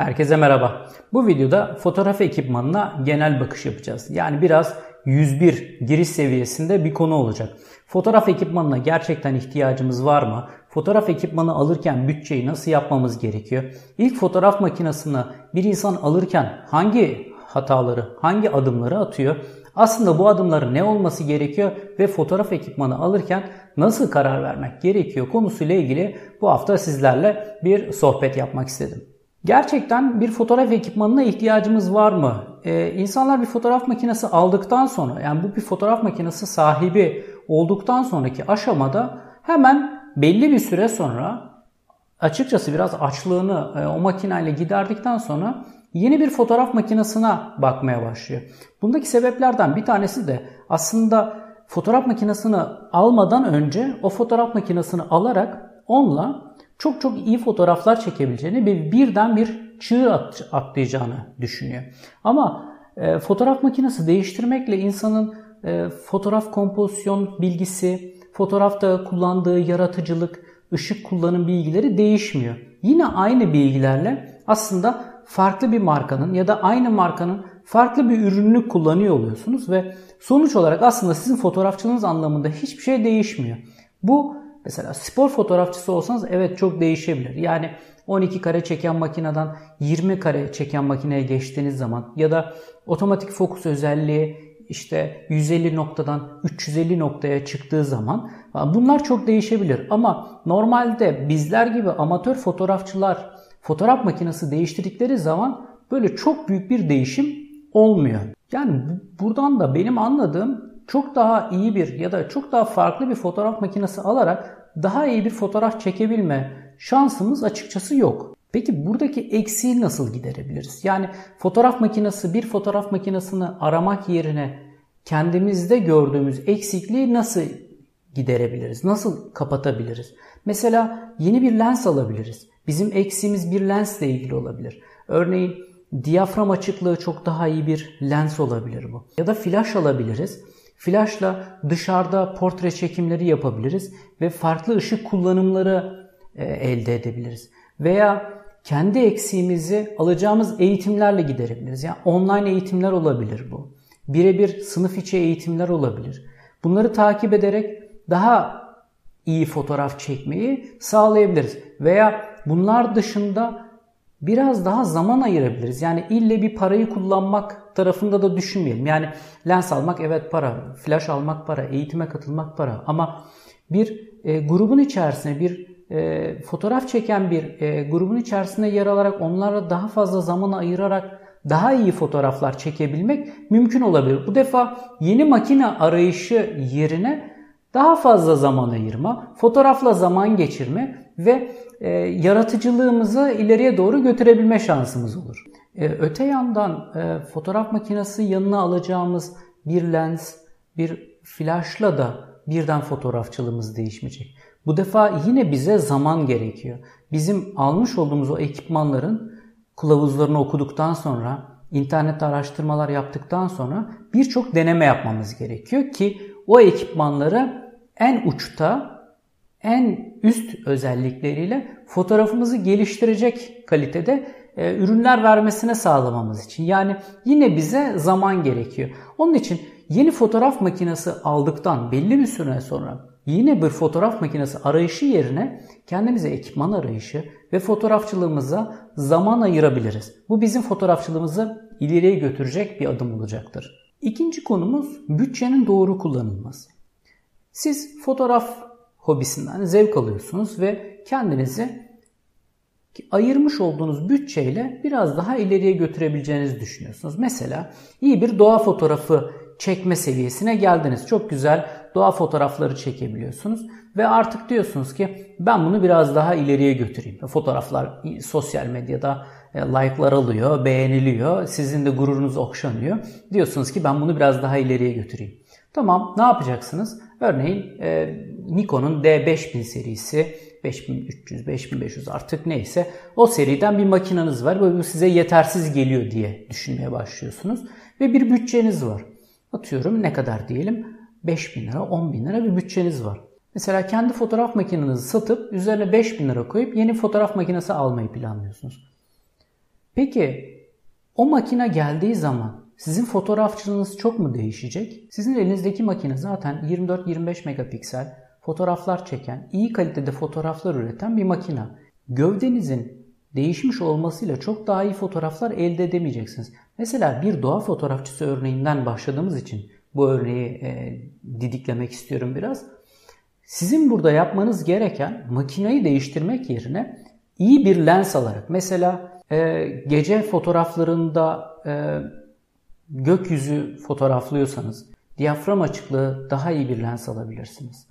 Herkese merhaba. Bu videoda fotoğraf ekipmanına genel bakış yapacağız. Yani biraz 101 giriş seviyesinde bir konu olacak. Fotoğraf ekipmanına gerçekten ihtiyacımız var mı? Fotoğraf ekipmanı alırken bütçeyi nasıl yapmamız gerekiyor? İlk fotoğraf makinesini bir insan alırken hangi hataları, hangi adımları atıyor? Aslında bu adımların ne olması gerekiyor ve fotoğraf ekipmanı alırken nasıl karar vermek gerekiyor konusuyla ilgili bu hafta sizlerle bir sohbet yapmak istedim. Gerçekten bir fotoğraf ekipmanına ihtiyacımız var mı? İnsanlar bir fotoğraf makinesi aldıktan sonra, yani bu bir fotoğraf makinesi sahibi olduktan sonraki aşamada hemen belli bir süre sonra açıkçası biraz açlığını o makineyle giderdikten sonra yeni bir fotoğraf makinesine bakmaya başlıyor. Bundaki sebeplerden bir tanesi de aslında fotoğraf makinesini almadan önce o fotoğraf makinesini alarak onunla çok iyi fotoğraflar çekebileceğini ve birden bir çığır atlayacağını düşünüyor. Ama fotoğraf makinesi değiştirmekle insanın fotoğraf kompozisyon bilgisi, fotoğrafta kullandığı yaratıcılık, ışık kullanım bilgileri değişmiyor. Yine aynı bilgilerle aslında farklı bir markanın ya da aynı markanın farklı bir ürününü kullanıyor oluyorsunuz ve sonuç olarak aslında sizin fotoğrafçılığınız anlamında hiçbir şey değişmiyor. Bu mesela spor fotoğrafçısı olsanız evet çok değişebilir. Yani 12 kare çeken makineden 20 kare çeken makineye geçtiğiniz zaman ya da otomatik fokus özelliği işte 150 noktadan 350 noktaya çıktığı zaman bunlar çok değişebilir. Ama normalde bizler gibi amatör fotoğrafçılar fotoğraf makinesi değiştirdikleri zaman böyle çok büyük bir değişim olmuyor. Yani buradan da benim anladığım çok daha iyi bir ya da çok daha farklı bir fotoğraf makinesi alarak daha iyi bir fotoğraf çekebilme şansımız açıkçası yok. Peki buradaki eksiği nasıl giderebiliriz? Yani bir fotoğraf makinesini aramak yerine kendimizde gördüğümüz eksikliği nasıl giderebiliriz? Nasıl kapatabiliriz? Mesela yeni bir lens alabiliriz. Bizim eksiğimiz bir lensle ilgili olabilir. Örneğin diyafram açıklığı çok daha iyi bir lens olabilir bu. Ya da flash alabiliriz. Flash'la dışarıda portre çekimleri yapabiliriz ve farklı ışık kullanımları elde edebiliriz. Veya kendi eksiğimizi alacağımız eğitimlerle giderebiliriz. Yani online eğitimler olabilir bu. Birebir sınıf içi eğitimler olabilir. Bunları takip ederek daha iyi fotoğraf çekmeyi sağlayabiliriz. Veya bunlar dışında biraz daha zaman ayırabiliriz. Yani ille bir parayı kullanmak tarafında da düşünmeyelim. Yani lens almak evet para, flash almak para, eğitime katılmak para. Ama bir grubun içerisine fotoğraf çeken bir grubun içerisinde yer alarak onlarla daha fazla zaman ayırarak daha iyi fotoğraflar çekebilmek mümkün olabilir. Bu defa yeni makine arayışı yerine daha fazla zaman ayırma, fotoğrafla zaman geçirme ve yaratıcılığımızı ileriye doğru götürebilme şansımız olur. Öte yandan fotoğraf makinesi yanına alacağımız bir lens, bir flashla da birden fotoğrafçılığımız değişmeyecek. Bu defa yine bize zaman gerekiyor. Bizim almış olduğumuz o ekipmanların kılavuzlarını okuduktan sonra, internette araştırmalar yaptıktan sonra birçok deneme yapmamız gerekiyor ki o ekipmanları en uçta, en üst özellikleriyle fotoğrafımızı geliştirecek kalitede ürünler vermesine sağlamamız için. Yani yine bize zaman gerekiyor. Onun için yeni fotoğraf makinesi aldıktan belli bir süre sonra yine bir fotoğraf makinesi arayışı yerine kendimize ekipman arayışı ve fotoğrafçılığımıza zaman ayırabiliriz. Bu bizim fotoğrafçılığımızı ileriye götürecek bir adım olacaktır. İkinci konumuz bütçenin doğru kullanılması. Siz fotoğraf hobisinden zevk alıyorsunuz ve kendinizi ayırmış olduğunuz bütçeyle biraz daha ileriye götürebileceğinizi düşünüyorsunuz. Mesela iyi bir doğa fotoğrafı çekme seviyesine geldiniz. Çok güzel doğa fotoğrafları çekebiliyorsunuz ve artık diyorsunuz ki ben bunu biraz daha ileriye götüreyim. Fotoğraflar sosyal medyada like'lar alıyor, beğeniliyor, sizin de gururunuz okşanıyor. Diyorsunuz ki ben bunu biraz daha ileriye götüreyim. Tamam, ne yapacaksınız? Örneğin Nikon'un D5000 serisi, 5300, 5500 artık neyse o seriden bir makineniz var ve bu size yetersiz geliyor diye düşünmeye başlıyorsunuz. Ve bir bütçeniz var. Atıyorum ne kadar diyelim? 5.000 lira, 10.000 lira bir bütçeniz var. Mesela kendi fotoğraf makinenizi satıp üzerine 5.000 lira koyup yeni fotoğraf makinesi almayı planlıyorsunuz. Peki o makine geldiği zaman sizin fotoğrafçılığınız çok mu değişecek? Sizin elinizdeki makine zaten 24-25 megapiksel fotoğraflar çeken, iyi kalitede fotoğraflar üreten bir makine. Gövdenizin değişmiş olmasıyla çok daha iyi fotoğraflar elde edemeyeceksiniz. Mesela bir doğa fotoğrafçısı örneğinden başladığımız için bu örneği didiklemek istiyorum biraz. Sizin burada yapmanız gereken makineyi değiştirmek yerine iyi bir lens alarak, mesela gece fotoğraflarında gökyüzü fotoğraflıyorsanız diyafram açıklığı daha iyi bir lens alabilirsiniz.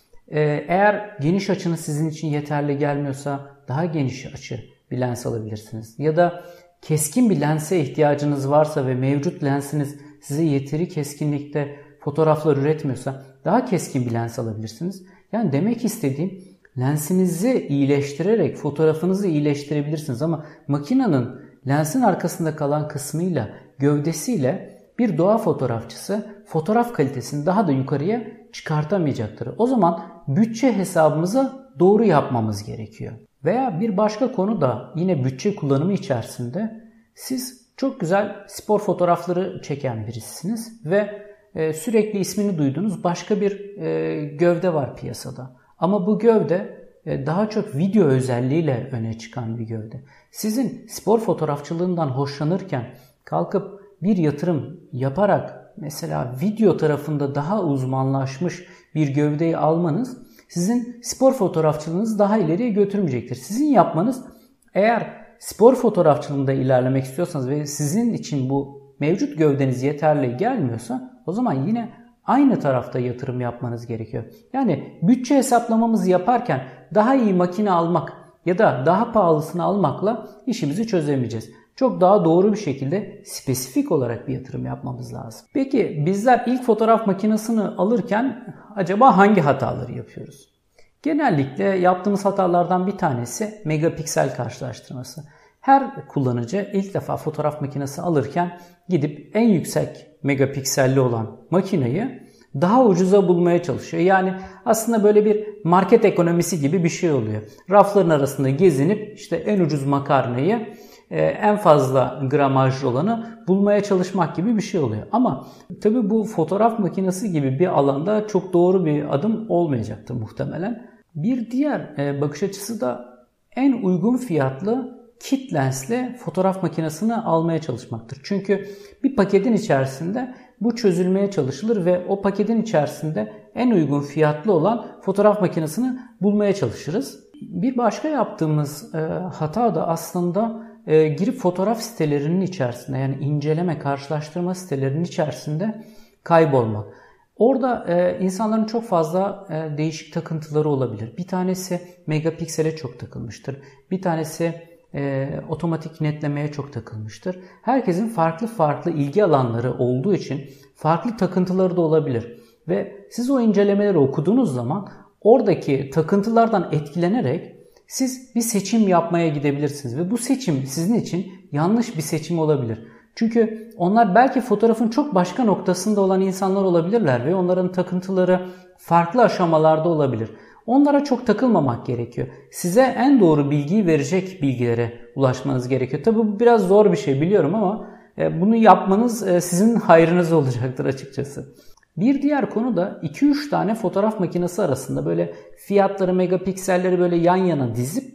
Eğer geniş açınız sizin için yeterli gelmiyorsa daha geniş açı bir lens alabilirsiniz. Ya da keskin bir lense ihtiyacınız varsa ve mevcut lensiniz size yeteri keskinlikte fotoğraflar üretmiyorsa daha keskin bir lens alabilirsiniz. Yani demek istediğim, lensinizi iyileştirerek fotoğrafınızı iyileştirebilirsiniz ama makinenin lensin arkasında kalan kısmıyla, gövdesiyle bir doğa fotoğrafçısı fotoğraf kalitesini daha da yukarıya çıkartamayacaktır. O zaman bütçe hesabımızı doğru yapmamız gerekiyor. Veya bir başka konu da yine bütçe kullanımı içerisinde, siz çok güzel spor fotoğrafları çeken birisiniz ve sürekli ismini duyduğunuz başka bir gövde var piyasada. Ama bu gövde daha çok video özelliğiyle öne çıkan bir gövde. Sizin spor fotoğrafçılığından hoşlanırken kalkıp bir yatırım yaparak mesela video tarafında daha uzmanlaşmış bir gövdeyi almanız sizin spor fotoğrafçılığınızı daha ileriye götürmeyecektir. Sizin yapmanız, eğer spor fotoğrafçılığında ilerlemek istiyorsanız ve sizin için bu mevcut gövdeniz yeterli gelmiyorsa, o zaman yine aynı tarafta yatırım yapmanız gerekiyor. Yani bütçe hesaplamamızı yaparken daha iyi makine almak ya da daha pahalısını almakla işimizi çözemeyeceğiz. Çok daha doğru bir şekilde spesifik olarak bir yatırım yapmamız lazım. Peki bizler ilk fotoğraf makinesini alırken acaba hangi hataları yapıyoruz? Genellikle yaptığımız hatalardan bir tanesi megapiksel karşılaştırması. Her kullanıcı ilk defa fotoğraf makinesi alırken gidip en yüksek megapikselli olan makineyi daha ucuza bulmaya çalışıyor. Yani aslında böyle bir market ekonomisi gibi bir şey oluyor. Rafların arasında gezinip işte en ucuz makarnayı, en fazla gramajlı olanı bulmaya çalışmak gibi bir şey oluyor. Ama tabii bu fotoğraf makinesi gibi bir alanda çok doğru bir adım olmayacaktır muhtemelen. Bir diğer bakış açısı da en uygun fiyatlı kit lensle fotoğraf makinesini almaya çalışmaktır. Çünkü bir paketin içerisinde bu çözülmeye çalışılır ve o paketin içerisinde en uygun fiyatlı olan fotoğraf makinesini bulmaya çalışırız. Bir başka yaptığımız hata da aslında girip fotoğraf sitelerinin içerisinde, yani inceleme, karşılaştırma sitelerinin içerisinde kaybolmak. Orada insanların çok fazla değişik takıntıları olabilir. Bir tanesi megapiksele çok takılmıştır. Bir tanesi otomatik netlemeye çok takılmıştır. Herkesin farklı farklı ilgi alanları olduğu için farklı takıntıları da olabilir. Ve siz o incelemeleri okuduğunuz zaman oradaki takıntılardan etkilenerek siz bir seçim yapmaya gidebilirsiniz. Ve bu seçim sizin için yanlış bir seçim olabilir. Çünkü onlar belki fotoğrafın çok başka noktasında olan insanlar olabilirler ve onların takıntıları farklı aşamalarda olabilir. Onlara çok takılmamak gerekiyor. Size en doğru bilgiyi verecek bilgilere ulaşmanız gerekiyor. Tabii bu biraz zor bir şey biliyorum ama bunu yapmanız sizin hayrınız olacaktır açıkçası. Bir diğer konu da 2-3 tane fotoğraf makinesi arasında böyle fiyatları, megapikselleri böyle yan yana dizip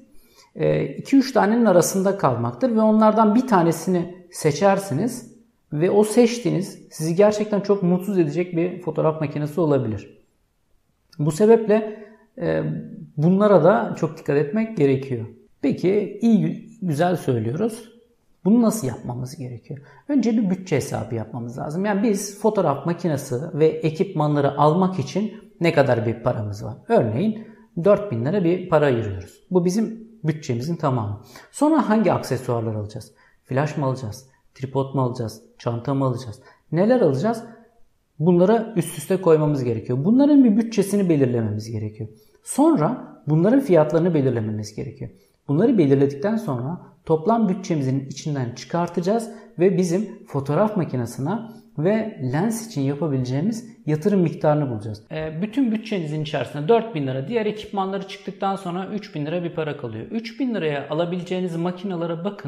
2-3 tanenin arasında kalmaktır ve onlardan bir tanesini seçersiniz ve o seçtiğiniz sizi gerçekten çok mutsuz edecek bir fotoğraf makinesi olabilir. Bu sebeple bunlara da çok dikkat etmek gerekiyor. Peki iyi güzel söylüyoruz. Bunu nasıl yapmamız gerekiyor? Önce bir bütçe hesabı yapmamız lazım. Yani biz fotoğraf makinesi ve ekipmanları almak için ne kadar bir paramız var? Örneğin 4.000 lira bir para ayırıyoruz. Bu bizim bütçemizin tamamı. Sonra hangi aksesuarlar alacağız? Flash mı alacağız? Tripod mu alacağız? Çanta mı alacağız? Neler alacağız? Bunları üst üste koymamız gerekiyor. Bunların bir bütçesini belirlememiz gerekiyor. Sonra bunların fiyatlarını belirlememiz gerekiyor. Bunları belirledikten sonra toplam bütçemizin içinden çıkartacağız ve bizim fotoğraf makinesine ve lens için yapabileceğimiz yatırım miktarını bulacağız. Bütün bütçenizin içerisinde 4.000 lira, diğer ekipmanları çıktıktan sonra 3.000 lira bir para kalıyor. 3.000 liraya alabileceğiniz makinalara bakın.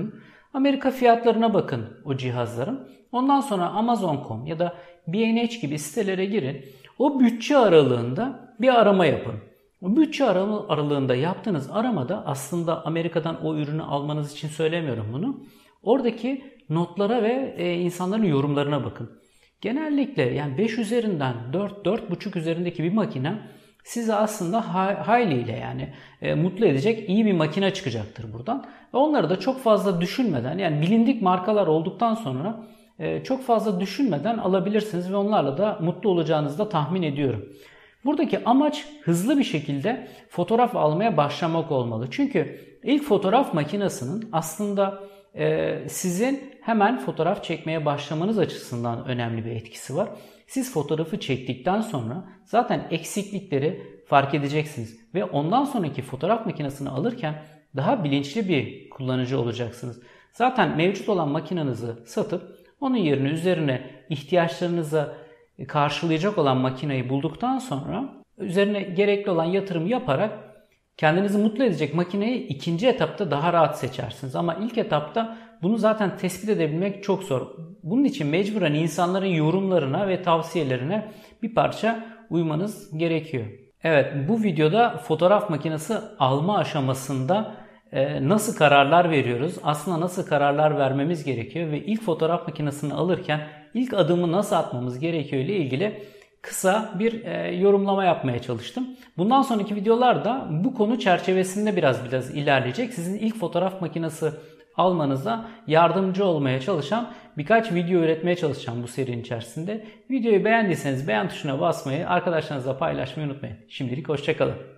Amerika fiyatlarına bakın o cihazların. Ondan sonra Amazon.com ya da B&H gibi sitelere girin. O bütçe aralığında bir arama yapın. O bütçe aralığında yaptığınız aramada aslında Amerika'dan o ürünü almanız için söylemiyorum bunu. Oradaki notlara ve insanların yorumlarına bakın. Genellikle yani 5 üzerinden 4-4,5 üzerindeki bir makine size aslında hayliyle yani mutlu edecek iyi bir makine çıkacaktır buradan. Ve onları da çok fazla düşünmeden yani bilindik markalar olduktan sonra çok fazla düşünmeden alabilirsiniz ve onlarla da mutlu olacağınızı da tahmin ediyorum. Buradaki amaç hızlı bir şekilde fotoğraf almaya başlamak olmalı. Çünkü ilk fotoğraf makinesinin aslında sizin hemen fotoğraf çekmeye başlamanız açısından önemli bir etkisi var. Siz fotoğrafı çektikten sonra zaten eksiklikleri fark edeceksiniz ve ondan sonraki fotoğraf makinesini alırken daha bilinçli bir kullanıcı olacaksınız. Zaten mevcut olan makinenizi satıp onun yerine üzerine ihtiyaçlarınıza karşılayacak olan makineyi bulduktan sonra üzerine gerekli olan yatırım yaparak kendinizi mutlu edecek makineyi ikinci etapta daha rahat seçersiniz. Ama ilk etapta bunu zaten tespit edebilmek çok zor. Bunun için mecburen insanların yorumlarına ve tavsiyelerine bir parça uymanız gerekiyor. Evet, bu videoda fotoğraf makinesi alma aşamasında nasıl kararlar veriyoruz? Aslında nasıl kararlar vermemiz gerekiyor ve ilk fotoğraf makinesini alırken ilk adımı nasıl atmamız gerekiyor ile ilgili kısa bir yorumlama yapmaya çalıştım. Bundan sonraki videolarda bu konu çerçevesinde biraz ilerleyecek. Sizin ilk fotoğraf makinesi almanıza yardımcı olmaya çalışan birkaç video üretmeye çalışacağım bu serinin içerisinde. Videoyu beğendiyseniz beğen tuşuna basmayı, arkadaşlarınızla paylaşmayı unutmayın. Şimdilik hoşça kalın.